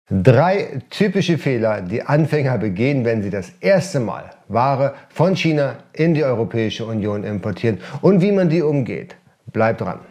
3 typische Fehler, die Anfänger begehen, wenn sie das erste Mal Ware von China in die Europäische Union importieren und wie man die umgeht. Bleibt dran!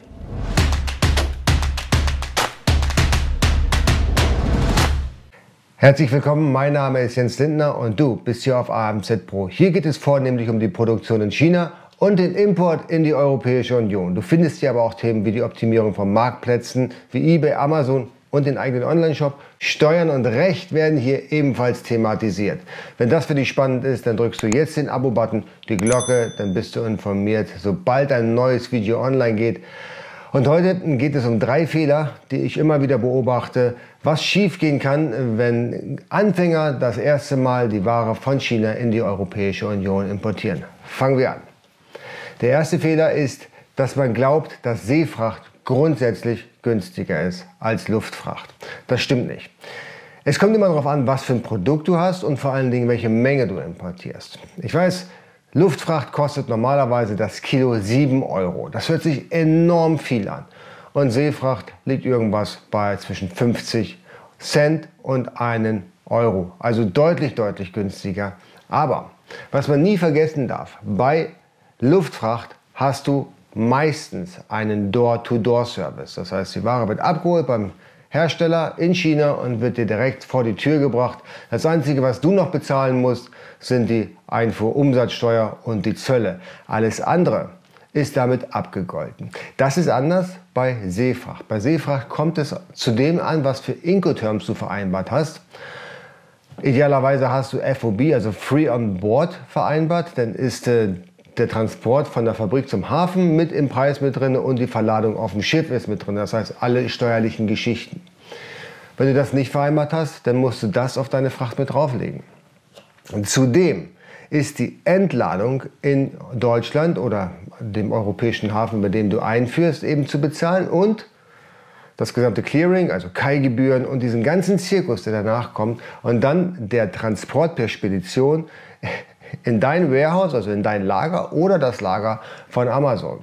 Herzlich willkommen, mein Name ist Jens Lindner und du bist hier auf AMZ Pro. Hier geht es vornehmlich um die Produktion in China und den Import in die Europäische Union. Du findest hier aber auch Themen wie die Optimierung von Marktplätzen wie eBay, Amazon und den eigenen Online-Shop. Steuern und Recht werden hier ebenfalls thematisiert. Wenn das für dich spannend ist, dann drückst du jetzt den Abo-Button, die Glocke, dann bist du informiert, sobald ein neues Video online geht. Und heute geht es um 3 Fehler, die ich immer wieder beobachte, was schiefgehen kann, wenn Anfänger das erste Mal die Ware von China in die Europäische Union importieren. Fangen wir an. Der erste Fehler ist, dass man glaubt, dass Seefracht grundsätzlich günstiger ist als Luftfracht. Das stimmt nicht. Es kommt immer darauf an, was für ein Produkt du hast und vor allen Dingen, welche Menge du importierst. Ich weiß, Luftfracht kostet normalerweise das Kilo 7 Euro. Das hört sich enorm viel an. Und Seefracht liegt irgendwas bei zwischen 50 Cent und 1 Euro. Also deutlich günstiger. Aber was man nie vergessen darf, bei Luftfracht hast du meistens einen Door-to-Door-Service. Das heißt, die Ware wird abgeholt beim Hersteller in China und wird dir direkt vor die Tür gebracht. Das Einzige, was du noch bezahlen musst, sind die Einfuhrumsatzsteuer und die Zölle. Alles andere ist damit abgegolten. Das ist anders bei Seefracht. Bei Seefracht kommt es zu dem an, was für Incoterms du vereinbart hast. Idealerweise hast du FOB, also Free on Board, vereinbart. Dann ist der Transport von der Fabrik zum Hafen mit im Preis mit drin und die Verladung auf dem Schiff ist mit drin. Das heißt, alle steuerlichen Geschichten. Wenn du das nicht vereinbart hast, dann musst du das auf deine Fracht mit drauflegen. Und zudem ist die Entladung in Deutschland oder dem europäischen Hafen, bei dem du einführst, eben zu bezahlen und das gesamte Clearing, also Kai-Gebühren und diesen ganzen Zirkus, der danach kommt und dann der Transport per Spedition in dein Warehouse, also in dein Lager oder das Lager von Amazon.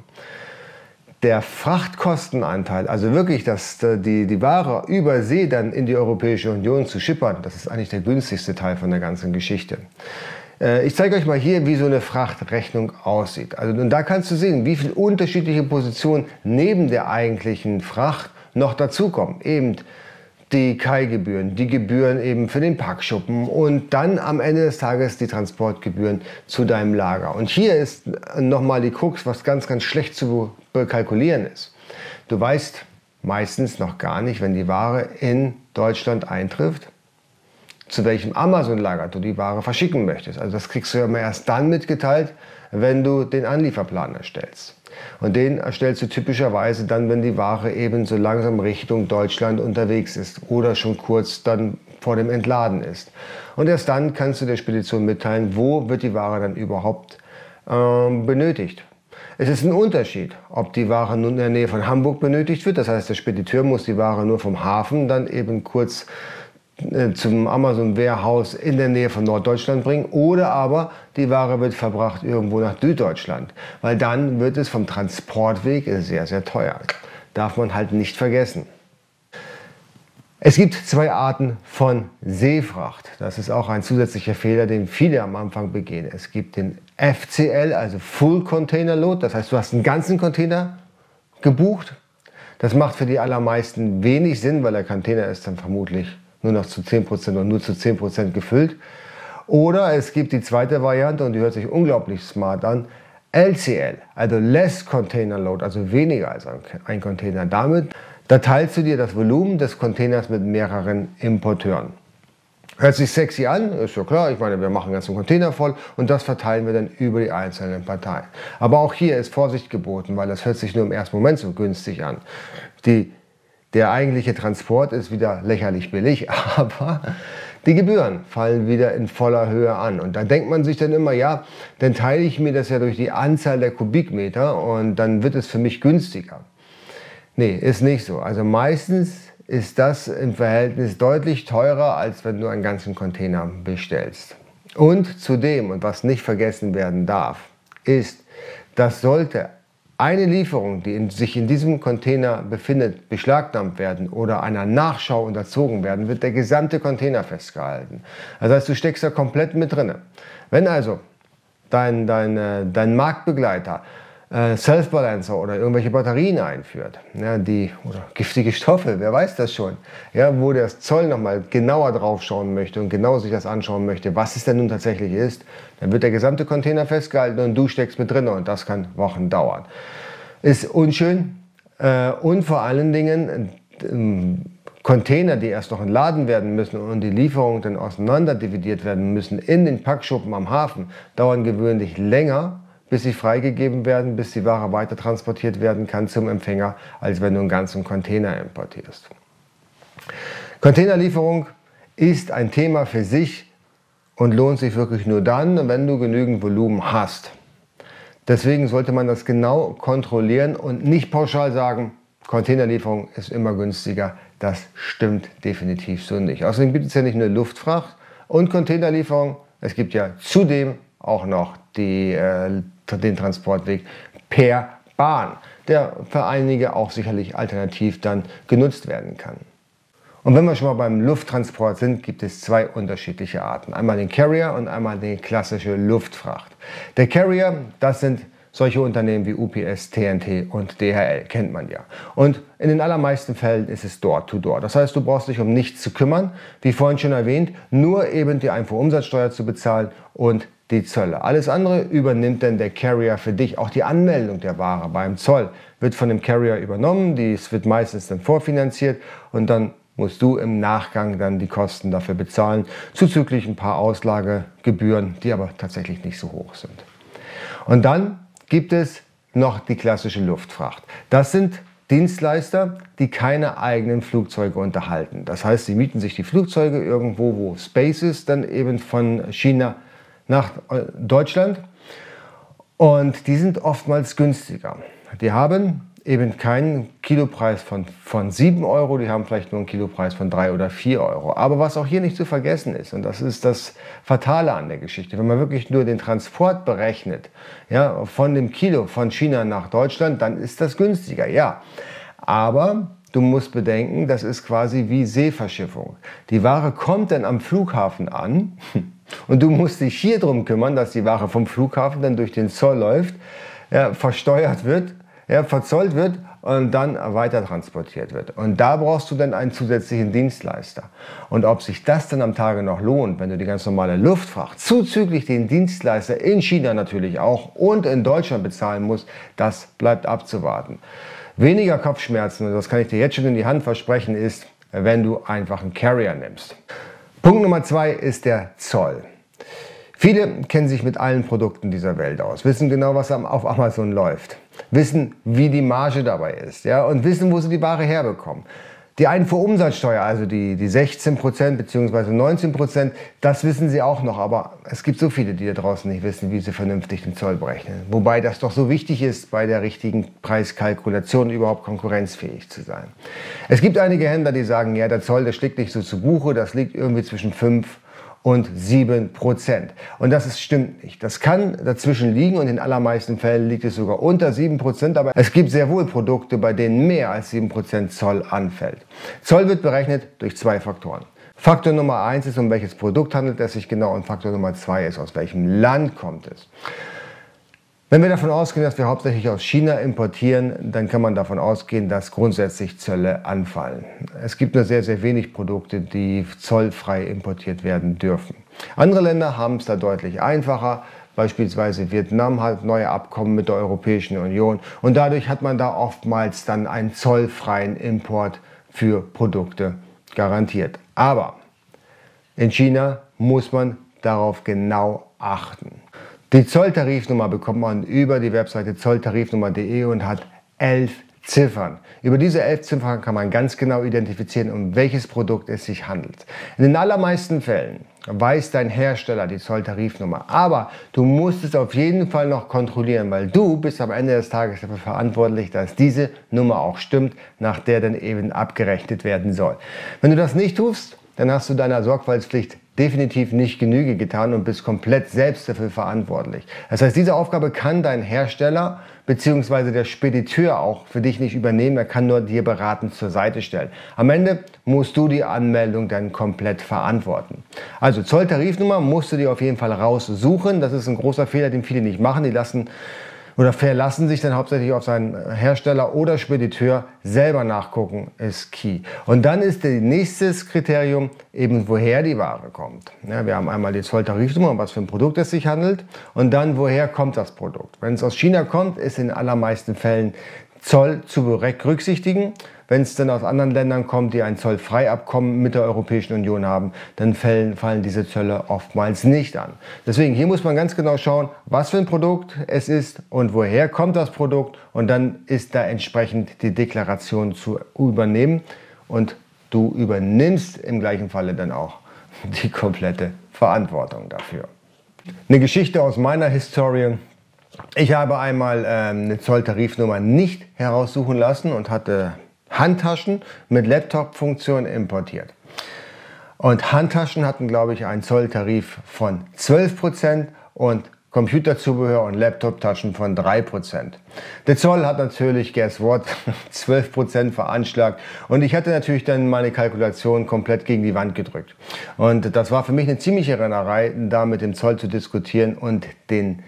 Der Frachtkostenanteil, also wirklich die Ware über See dann in die Europäische Union zu schippern, das ist eigentlich der günstigste Teil von der ganzen Geschichte. Ich zeige euch mal hier, wie so eine Frachtrechnung aussieht. Also, und da kannst du sehen, wie viele unterschiedliche Positionen neben der eigentlichen Fracht noch dazukommen. Eben die Kai-Gebühren, die Gebühren eben für den Packschuppen und dann am Ende des Tages die Transportgebühren zu deinem Lager. Und hier ist nochmal die Krux, was ganz schlecht zu bekalkulieren ist. Du weißt meistens noch gar nicht, wenn die Ware in Deutschland eintrifft, zu welchem Amazon-Lager du die Ware verschicken möchtest. Also das kriegst du ja immer erst dann mitgeteilt, wenn du den Anlieferplan erstellst. Und den erstellst du typischerweise dann, wenn die Ware eben so langsam Richtung Deutschland unterwegs ist oder schon kurz dann vor dem Entladen ist. Und erst dann kannst du der Spedition mitteilen, wo wird die Ware dann überhaupt benötigt. Es ist ein Unterschied, ob die Ware nun in der Nähe von Hamburg benötigt wird. Das heißt, der Spediteur muss die Ware nur vom Hafen dann eben kurz zum Amazon Warehouse in der Nähe von Norddeutschland bringen oder aber die Ware wird verbracht irgendwo nach Süddeutschland, weil dann wird es vom Transportweg sehr teuer. Darf man halt nicht vergessen. Es gibt 2 Arten von Seefracht. Das ist auch ein zusätzlicher Fehler, den viele am Anfang begehen. Es gibt den FCL, also Full Container Load, das heißt, du hast einen ganzen Container gebucht. Das macht für die allermeisten wenig Sinn, weil der Container ist dann vermutlich nur noch zu 10% oder nur zu 10% gefüllt. Oder es gibt die zweite Variante und die hört sich unglaublich smart an, LCL, also Less Container Load, also weniger als ein Container. Damit teilst du dir das Volumen des Containers mit mehreren Importeuren. Hört sich sexy an, ist ja klar, ich meine, wir machen den ganzen Container voll und das verteilen wir dann über die einzelnen Parteien. Aber auch hier ist Vorsicht geboten, weil das hört sich nur im ersten Moment so günstig an. Der eigentliche Transport ist wieder lächerlich billig, aber die Gebühren fallen wieder in voller Höhe an. Und da denkt man sich dann immer, ja, dann teile ich mir das ja durch die Anzahl der Kubikmeter und dann wird es für mich günstiger. Nee, ist nicht so. Also meistens ist das im Verhältnis deutlich teurer, als wenn du einen ganzen Container bestellst. Und zudem, und was nicht vergessen werden darf, ist, dass sollte eine Lieferung, die sich in diesem Container befindet, beschlagnahmt werden oder einer Nachschau unterzogen werden, wird der gesamte Container festgehalten. Das heißt, du steckst da komplett mit drin. Wenn also dein Marktbegleiter Self-Balancer oder irgendwelche Batterien einführt, ja, oder giftige Stoffe, wer weiß das schon, ja, wo der Zoll nochmal genauer drauf schauen möchte und genau sich das anschauen möchte, was es denn nun tatsächlich ist, dann wird der gesamte Container festgehalten und du steckst mit drin und das kann Wochen dauern. Ist unschön und vor allen Dingen Container, die erst noch entladen werden müssen und die Lieferungen dann auseinander dividiert werden müssen in den Packschuppen am Hafen, dauern gewöhnlich länger, bis sie freigegeben werden, bis die Ware weiter transportiert werden kann zum Empfänger, als wenn du einen ganzen Container importierst. Containerlieferung ist ein Thema für sich und lohnt sich wirklich nur dann, wenn du genügend Volumen hast. Deswegen sollte man das genau kontrollieren und nicht pauschal sagen, Containerlieferung ist immer günstiger. Das stimmt definitiv so nicht. Außerdem gibt es ja nicht nur Luftfracht und Containerlieferung, es gibt ja zudem auch noch den Transportweg per Bahn, der für einige auch sicherlich alternativ dann genutzt werden kann. Und wenn wir schon mal beim Lufttransport sind, gibt es zwei unterschiedliche Arten. Einmal den Carrier und einmal die klassische Luftfracht. Der Carrier, das sind solche Unternehmen wie UPS, TNT und DHL, kennt man ja. Und in den allermeisten Fällen ist es Door-to-Door. Das heißt, du brauchst dich um nichts zu kümmern, wie vorhin schon erwähnt, nur eben die Einfuhrumsatzsteuer zu bezahlen und die Zölle. Alles andere übernimmt dann der Carrier für dich. Auch die Anmeldung der Ware beim Zoll wird von dem Carrier übernommen. Dies wird meistens dann vorfinanziert und dann musst du im Nachgang dann die Kosten dafür bezahlen, zuzüglich ein paar Auslagegebühren, die aber tatsächlich nicht so hoch sind. Und dann gibt es noch die klassische Luftfracht. Das sind Dienstleister, die keine eigenen Flugzeuge unterhalten. Das heißt, sie mieten sich die Flugzeuge irgendwo, wo Space ist, dann eben von China nach Deutschland und die sind oftmals günstiger. Die haben eben keinen Kilopreis von 7 Euro, die haben vielleicht nur einen Kilopreis von 3 oder 4 Euro. Aber was auch hier nicht zu vergessen ist, und das ist das Fatale an der Geschichte, wenn man wirklich nur den Transport berechnet, ja, von dem Kilo von China nach Deutschland, dann ist das günstiger, ja. Aber du musst bedenken, das ist quasi wie Seeverschiffung. Die Ware kommt dann am Flughafen an und du musst dich hier drum kümmern, dass die Ware vom Flughafen dann durch den Zoll läuft, ja, versteuert wird, ja, verzollt wird und dann weiter transportiert wird. Und da brauchst du dann einen zusätzlichen Dienstleister. Und ob sich das dann am Tage noch lohnt, wenn du die ganz normale Luftfracht zuzüglich den Dienstleister in China natürlich auch und in Deutschland bezahlen musst, das bleibt abzuwarten. Weniger Kopfschmerzen, und das kann ich dir jetzt schon in die Hand versprechen, ist, wenn du einfach einen Carrier nimmst. Punkt Nummer 2 ist der Zoll. Viele kennen sich mit allen Produkten dieser Welt aus, wissen genau, was auf Amazon läuft, wissen, wie die Marge dabei ist, ja, und wissen, wo sie die Ware herbekommen. Die Einfuhrumsatzsteuer, also die 16% bzw. 19%, das wissen sie auch noch, aber es gibt so viele, die da draußen nicht wissen, wie sie vernünftig den Zoll berechnen. Wobei das doch so wichtig ist, bei der richtigen Preiskalkulation überhaupt konkurrenzfähig zu sein. Es gibt einige Händler, die sagen, ja, der Zoll, der schlägt nicht so zu Buche, das liegt irgendwie zwischen 5% und 7%. Und das stimmt nicht. Das kann dazwischen liegen und in den allermeisten Fällen liegt es sogar unter 7%, aber es gibt sehr wohl Produkte, bei denen mehr als 7% Zoll anfällt. Zoll wird berechnet durch zwei Faktoren. Faktor Nummer 1 ist, um welches Produkt handelt es sich genau, und Faktor Nummer 2 ist, aus welchem Land kommt es. Wenn wir davon ausgehen, dass wir hauptsächlich aus China importieren, dann kann man davon ausgehen, dass grundsätzlich Zölle anfallen. Es gibt nur sehr, sehr wenig Produkte, die zollfrei importiert werden dürfen. Andere Länder haben es da deutlich einfacher. Beispielsweise Vietnam hat neue Abkommen mit der Europäischen Union und dadurch hat man da oftmals dann einen zollfreien Import für Produkte garantiert. Aber in China muss man darauf genau achten. Die Zolltarifnummer bekommt man über die Webseite zolltarifnummer.de und hat 11 Ziffern. Über diese 11 Ziffern kann man ganz genau identifizieren, um welches Produkt es sich handelt. In den allermeisten Fällen weiß dein Hersteller die Zolltarifnummer, aber du musst es auf jeden Fall noch kontrollieren, weil du bist am Ende des Tages dafür verantwortlich, dass diese Nummer auch stimmt, nach der dann eben abgerechnet werden soll. Wenn du das nicht tust, dann hast du deiner Sorgfaltspflicht definitiv nicht Genüge getan und bist komplett selbst dafür verantwortlich. Das heißt, diese Aufgabe kann dein Hersteller bzw. der Spediteur auch für dich nicht übernehmen. Er kann nur dir beratend zur Seite stellen. Am Ende musst du die Anmeldung dann komplett verantworten. Also Zolltarifnummer musst du dir auf jeden Fall raussuchen. Das ist ein großer Fehler, den viele nicht machen. Die verlassen sich dann hauptsächlich auf seinen Hersteller oder Spediteur. Selber nachgucken ist key. Und dann ist das nächstes Kriterium eben, woher die Ware kommt. Ja, wir haben einmal die Zolltarifnummer, was für ein Produkt es sich handelt, und dann, woher kommt das Produkt. Wenn es aus China kommt, ist in allermeisten Fällen Zoll zu berücksichtigen. Wenn es dann aus anderen Ländern kommt, die ein Zollfreiabkommen mit der Europäischen Union haben, dann fallen diese Zölle oftmals nicht an. Deswegen, hier muss man ganz genau schauen, was für ein Produkt es ist und woher kommt das Produkt, und dann ist da entsprechend die Deklaration zu übernehmen, und du übernimmst im gleichen Falle dann auch die komplette Verantwortung dafür. Eine Geschichte aus meiner Historie. Ich habe einmal eine Zolltarifnummer nicht heraussuchen lassen und hatte Handtaschen mit Laptop-Funktion importiert. Und Handtaschen hatten, glaube ich, einen Zolltarif von 12% und Computerzubehör und Laptoptaschen von 3%. Der Zoll hat natürlich, guess what, 12% veranschlagt, und ich hatte natürlich dann meine Kalkulation komplett gegen die Wand gedrückt. Und das war für mich eine ziemliche Rennerei, da mit dem Zoll zu diskutieren und den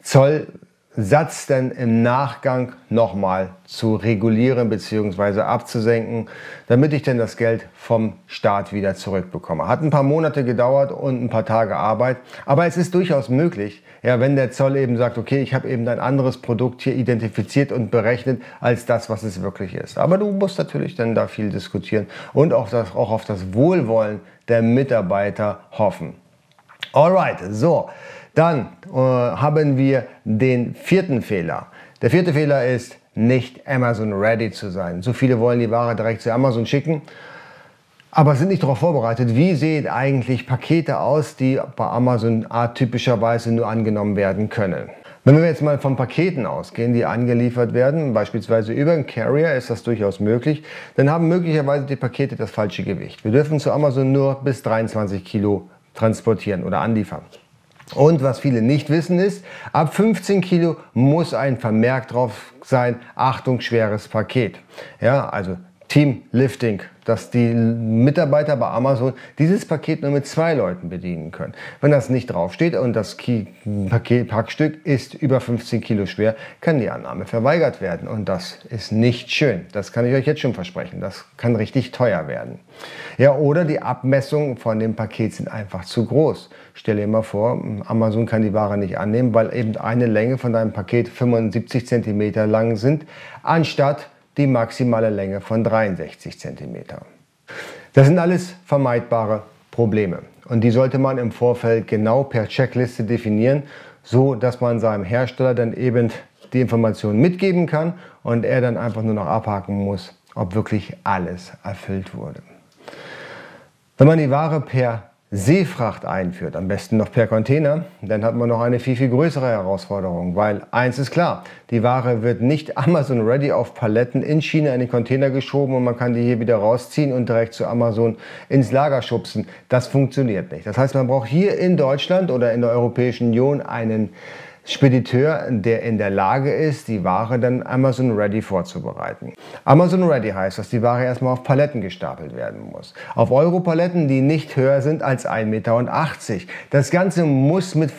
Zollsatz dann im Nachgang nochmal zu regulieren bzw. abzusenken, damit ich dann das Geld vom Staat wieder zurückbekomme. Hat ein paar Monate gedauert und ein paar Tage Arbeit, aber es ist durchaus möglich, ja, wenn der Zoll eben sagt, okay, ich habe eben ein anderes Produkt hier identifiziert und berechnet als das, was es wirklich ist. Aber du musst natürlich dann da viel diskutieren und auch auf das Wohlwollen der Mitarbeiter hoffen. Alright, so. Dann haben wir den vierten Fehler. Der vierte Fehler ist, nicht Amazon ready zu sein. So viele wollen die Ware direkt zu Amazon schicken, aber sind nicht darauf vorbereitet, wie sehen eigentlich Pakete aus, die bei Amazon atypischerweise nur angenommen werden können. Wenn wir jetzt mal von Paketen ausgehen, die angeliefert werden, beispielsweise über einen Carrier, ist das durchaus möglich, dann haben möglicherweise die Pakete das falsche Gewicht. Wir dürfen zu Amazon nur bis 23 Kilo transportieren oder anliefern. Und was viele nicht wissen ist, ab 15 Kilo muss ein Vermerk drauf sein, Achtung, schweres Paket. Ja, also Team Lifting, dass die Mitarbeiter bei Amazon dieses Paket nur mit 2 Leuten bedienen können. Wenn das nicht draufsteht und das Packstück ist über 15 Kilo schwer, kann die Annahme verweigert werden. Und das ist nicht schön. Das kann ich euch jetzt schon versprechen. Das kann richtig teuer werden. Ja, oder die Abmessungen von dem Paket sind einfach zu groß. Stell dir mal vor, Amazon kann die Ware nicht annehmen, weil eben eine Länge von deinem Paket 75 cm lang sind, anstatt die maximale Länge von 63 cm. Das sind alles vermeidbare Probleme, und die sollte man im Vorfeld genau per Checkliste definieren, so dass man seinem Hersteller dann eben die Informationen mitgeben kann und er dann einfach nur noch abhaken muss, ob wirklich alles erfüllt wurde. Wenn man die Ware per Seefracht einführt, am besten noch per Container, dann hat man noch eine viel, viel größere Herausforderung, weil eins ist klar, die Ware wird nicht Amazon ready auf Paletten in China in den Container geschoben und man kann die hier wieder rausziehen und direkt zu Amazon ins Lager schubsen. Das funktioniert nicht. Das heißt, man braucht hier in Deutschland oder in der Europäischen Union einen Spediteur, der in der Lage ist, die Ware dann Amazon Ready vorzubereiten. Amazon Ready heißt, dass die Ware erstmal auf Paletten gestapelt werden muss. Auf Europaletten, die nicht höher sind als 1,80 Meter. Das Ganze muss mit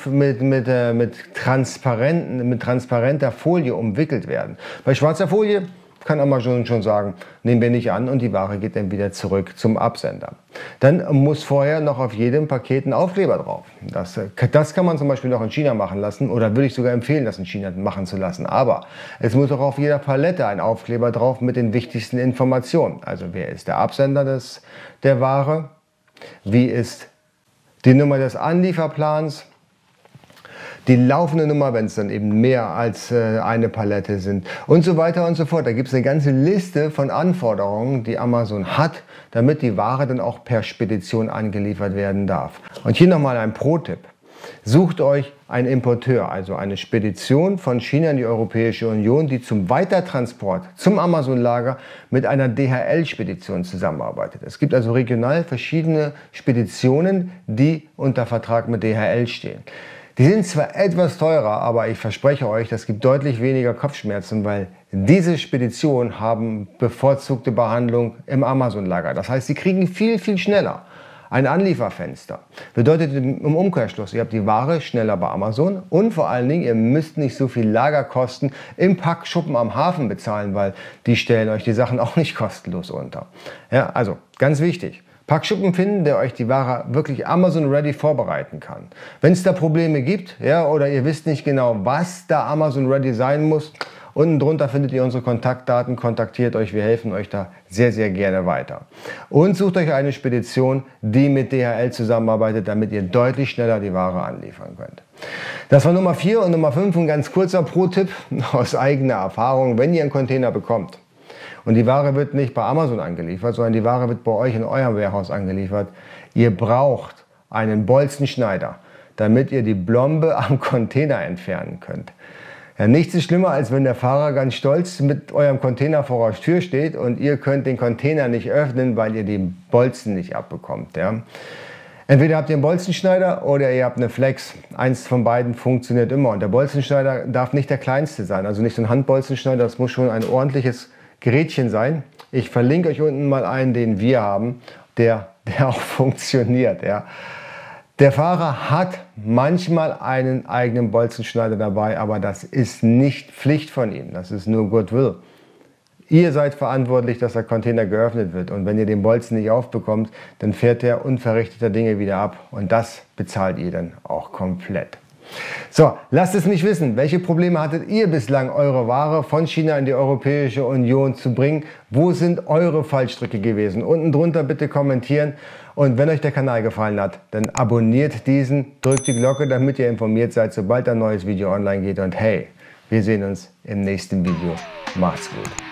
transparenter Folie umwickelt werden. Bei schwarzer Folie kann Amazon schon sagen, nehmen wir nicht an, und die Ware geht dann wieder zurück zum Absender. Dann muss vorher noch auf jedem Paket ein Aufkleber drauf. Das kann man zum Beispiel noch in China machen lassen, oder würde ich sogar empfehlen, das in China machen zu lassen. Aber es muss auch auf jeder Palette ein Aufkleber drauf mit den wichtigsten Informationen. Also wer ist der Absender der Ware, wie ist die Nummer des Anlieferplans, die laufende Nummer, wenn es dann eben mehr als eine Palette sind und so weiter und so fort. Da gibt es eine ganze Liste von Anforderungen, die Amazon hat, damit die Ware dann auch per Spedition angeliefert werden darf. Und hier nochmal ein Pro-Tipp. Sucht euch einen Importeur, also eine Spedition von China in die Europäische Union, die zum Weitertransport zum Amazon-Lager mit einer DHL-Spedition zusammenarbeitet. Es gibt also regional verschiedene Speditionen, die unter Vertrag mit DHL stehen. Die sind zwar etwas teurer, aber ich verspreche euch, das gibt deutlich weniger Kopfschmerzen, weil diese Speditionen haben bevorzugte Behandlung im Amazon-Lager. Das heißt, sie kriegen viel schneller ein Anlieferfenster. Bedeutet im Umkehrschluss, ihr habt die Ware schneller bei Amazon und vor allen Dingen, ihr müsst nicht so viel Lagerkosten im Packschuppen am Hafen bezahlen, weil die stellen euch die Sachen auch nicht kostenlos unter. Ja, also ganz wichtig. Packschuppen finden, der euch die Ware wirklich Amazon-ready vorbereiten kann. Wenn es da Probleme gibt, ja, oder ihr wisst nicht genau, was da Amazon-ready sein muss, unten drunter findet ihr unsere Kontaktdaten, kontaktiert euch, wir helfen euch da sehr gerne weiter. Und sucht euch eine Spedition, die mit DHL zusammenarbeitet, damit ihr deutlich schneller die Ware anliefern könnt. Das war Nummer 4 und Nummer 5, ein ganz kurzer Pro-Tipp aus eigener Erfahrung, wenn ihr einen Container bekommt. Und die Ware wird nicht bei Amazon angeliefert, sondern die Ware wird bei euch in eurem Warehouse angeliefert. Ihr braucht einen Bolzenschneider, damit ihr die Blombe am Container entfernen könnt. Ja, nichts ist schlimmer, als wenn der Fahrer ganz stolz mit eurem Container vor eurer Tür steht und ihr könnt den Container nicht öffnen, weil ihr die Bolzen nicht abbekommt. Ja. Entweder habt ihr einen Bolzenschneider oder ihr habt eine Flex. Eins von beiden funktioniert immer. Und der Bolzenschneider darf nicht der kleinste sein, also nicht so ein Handbolzenschneider, das muss schon ein ordentliches Gerätchen sein. Ich verlinke euch unten mal einen, den wir haben, der auch funktioniert. Ja. Der Fahrer hat manchmal einen eigenen Bolzenschneider dabei, aber das ist nicht Pflicht von ihm, das ist nur Goodwill. Ihr seid verantwortlich, dass der Container geöffnet wird und wenn ihr den Bolzen nicht aufbekommt, dann fährt er unverrichteter Dinge wieder ab und das bezahlt ihr dann auch komplett. So, lasst es mich wissen, welche Probleme hattet ihr bislang, eure Ware von China in die Europäische Union zu bringen? Wo sind eure Fallstricke gewesen? Unten drunter bitte kommentieren und wenn euch der Kanal gefallen hat, dann abonniert diesen, drückt die Glocke, damit ihr informiert seid, sobald ein neues Video online geht und hey, wir sehen uns im nächsten Video. Macht's gut.